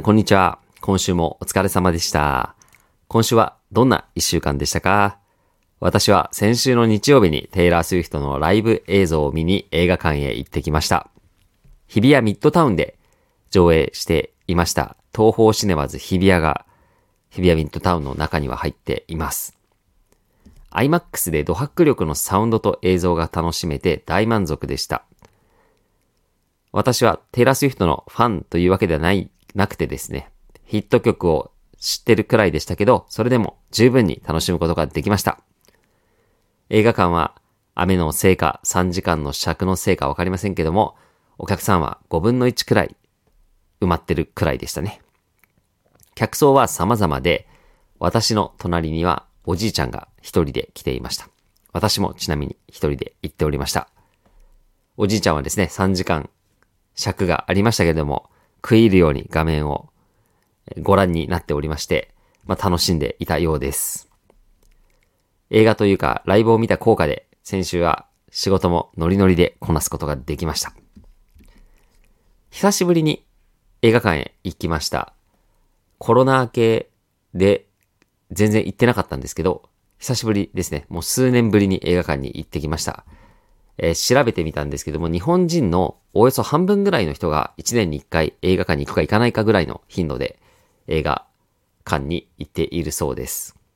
こんにちは。今週もお疲れ様でした。今週はどんな一週間でしたか？私は先週の日曜日にテイラー・スウィフトのライブ映像を見に映画館へ行ってきました。日比谷ミッドタウンで上映していました東宝シネマズ日比谷が日比谷ミッドタウンの中には入っています。IMAX でド迫力のサウンドと映像が楽しめて大満足でした。私はテイラー・スウィフトのファンというわけではなくてですね、ヒット曲を知ってるくらいでしたけど、それでも十分に楽しむことができました。映画館は雨のせいか3時間の尺のせいかわかりませんけども、お客さんは5分の1くらい埋まってるくらいでしたね。客層は様々で、私の隣にはおじいちゃんが一人で来ていました。私もちなみに一人で行っておりました。おじいちゃんはですね、3時間尺がありましたけれども、食い入るように画面をご覧になっておりまして、楽しんでいたようです。映画というかライブを見た効果で先週は仕事もノリノリでこなすことができました。久しぶりに映画館へ行きました。コロナ明けで全然行ってなかったんですけど、久しぶりですね。もう数年ぶりに映画館に行ってきました。調べてみたんですけども、日本人のおよそ半分ぐらいの人が1年に1回映画館に行くか行かないかぐらいの頻度で映画館に行っているそうです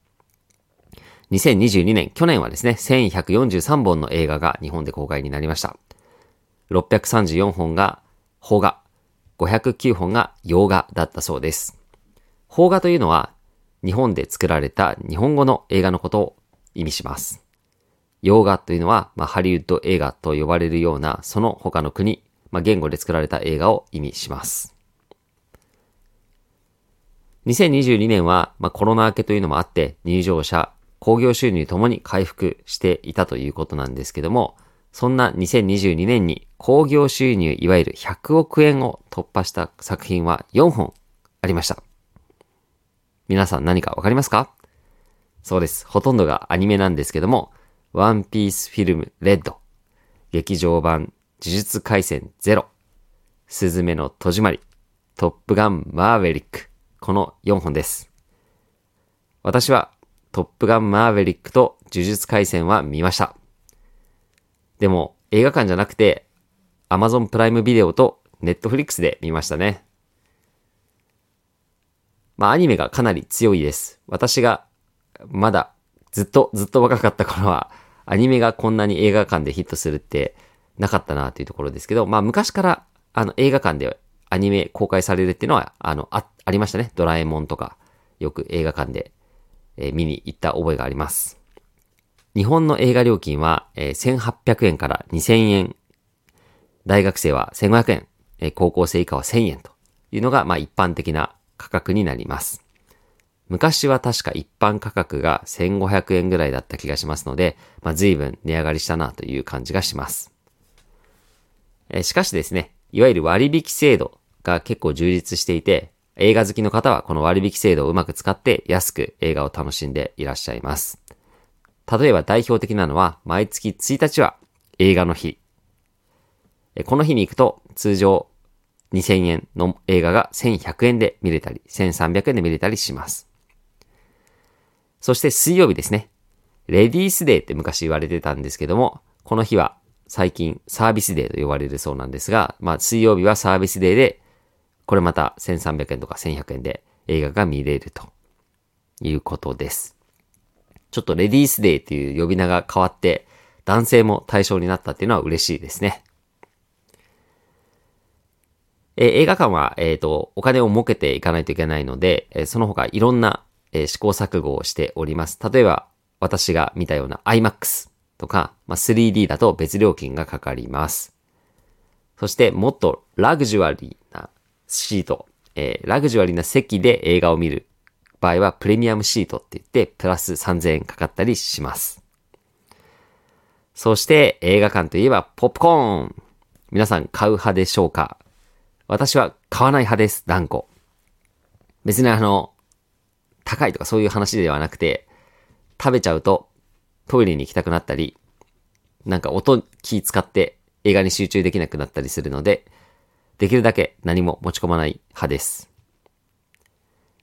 。2022年、去年はですね、1143本の映画が日本で公開になりました。634本が邦画、509本が洋画だったそうです。邦画というのは日本で作られた日本語の映画のことを意味します。洋画というのは、ハリウッド映画と呼ばれるようなその他の国、言語で作られた映画を意味します。2022年は、コロナ明けというのもあって入場者、興行収入ともに回復していたということなんですけども、そんな2022年に興行収入いわゆる100億円を突破した作品は4本ありました。皆さん何かわかりますか？そうです。ほとんどがアニメなんですけども、ワンピースフィルムレッド、劇場版呪術廻戦ゼロ、すずめの戸締まり、トップガンマーヴェリック、この4本です。私はトップガンマーヴェリックと呪術廻戦は見ました。でも映画館じゃなくて Amazon プライムビデオと Netflix で見ましたね。アニメがかなり強いです。私がまだずっと若かった頃はアニメがこんなに映画館でヒットするってなかったなというところですけど、昔から映画館でアニメ公開されるっていうのはありましたね。ドラえもんとかよく映画館で、見に行った覚えがあります。日本の映画料金は、1800円から2000円、大学生は1500円、高校生以下は1000円というのが一般的な価格になります。昔は確か一般価格が1500円ぐらいだった気がしますので、随分値上がりしたなという感じがします。しかしですね、いわゆる割引制度が結構充実していて、映画好きの方はこの割引制度をうまく使って安く映画を楽しんでいらっしゃいます。例えば代表的なのは毎月1日は映画の日。この日に行くと通常2000円の映画が1100円で見れたり、1300円で見れたりします。そして水曜日ですね。レディースデーって昔言われてたんですけども、この日は最近サービスデーと呼ばれるそうなんですが、水曜日はサービスデーで、これまた1300円とか1100円で映画が見れるということです。ちょっとレディースデーという呼び名が変わって、男性も対象になったっていうのは嬉しいですね。映画館は、お金を儲けていかないといけないので、その他いろんな試行錯誤をしております。例えば、私が見たような IMAX とか、3D だと別料金がかかります。そして、もっとラグジュアリーなシート、ラグジュアリーな席で映画を見る場合はプレミアムシートって言って、プラス3000円かかったりします。そして、映画館といえばポップコーン。皆さん買う派でしょうか？私は買わない派です、断固。別に高いとかそういう話ではなくて、食べちゃうとトイレに行きたくなったり、音気使って映画に集中できなくなったりするので、できるだけ何も持ち込まない派です。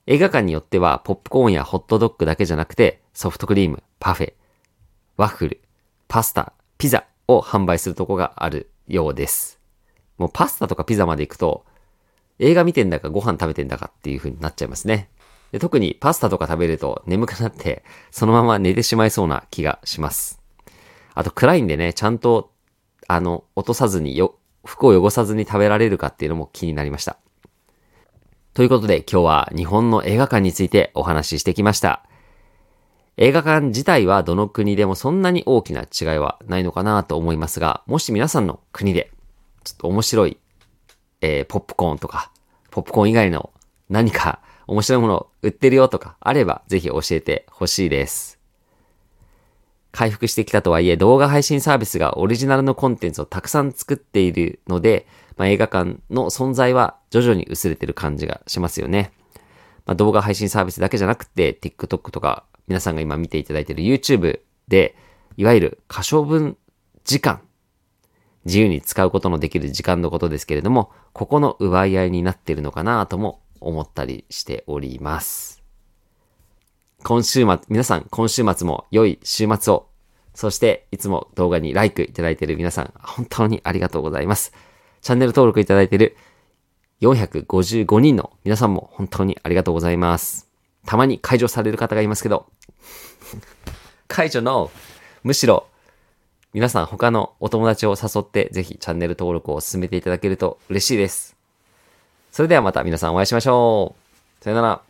映画館によってはポップコーンやホットドッグだけじゃなくてソフトクリーム、パフェ、ワッフル、パスタ、ピザを販売するとこがあるようです。もうパスタとかピザまで行くと映画見てんだかご飯食べてんだかっていう風になっちゃいますね。で、特にパスタとか食べると眠くなってそのまま寝てしまいそうな気がします。あと暗いんでね、ちゃんと落とさずに服を汚さずに食べられるかっていうのも気になりました。ということで今日は日本の映画館についてお話ししてきました。映画館自体はどの国でもそんなに大きな違いはないのかなと思いますが、もし皆さんの国でちょっと面白い、ポップコーンとか、ポップコーン以外の何か面白いものを売ってるよとかあればぜひ教えてほしいです。回復してきたとはいえ動画配信サービスがオリジナルのコンテンツをたくさん作っているので、映画館の存在は徐々に薄れてる感じがしますよね。動画配信サービスだけじゃなくて TikTok とか皆さんが今見ていただいている YouTube でいわゆる可処分時間、自由に使うことのできる時間のことですけれども、ここの奪い合いになっているのかなとも思ったりしております。皆さん今週末も良い週末を。そしていつも動画にライクいただいている皆さん本当にありがとうございます。チャンネル登録いただいている455人の皆さんも本当にありがとうございます。たまに解除される方がいますけど解除のむしろ皆さん他のお友達を誘ってぜひチャンネル登録を進めていただけると嬉しいです。それではまた皆さんお会いしましょう。さよなら。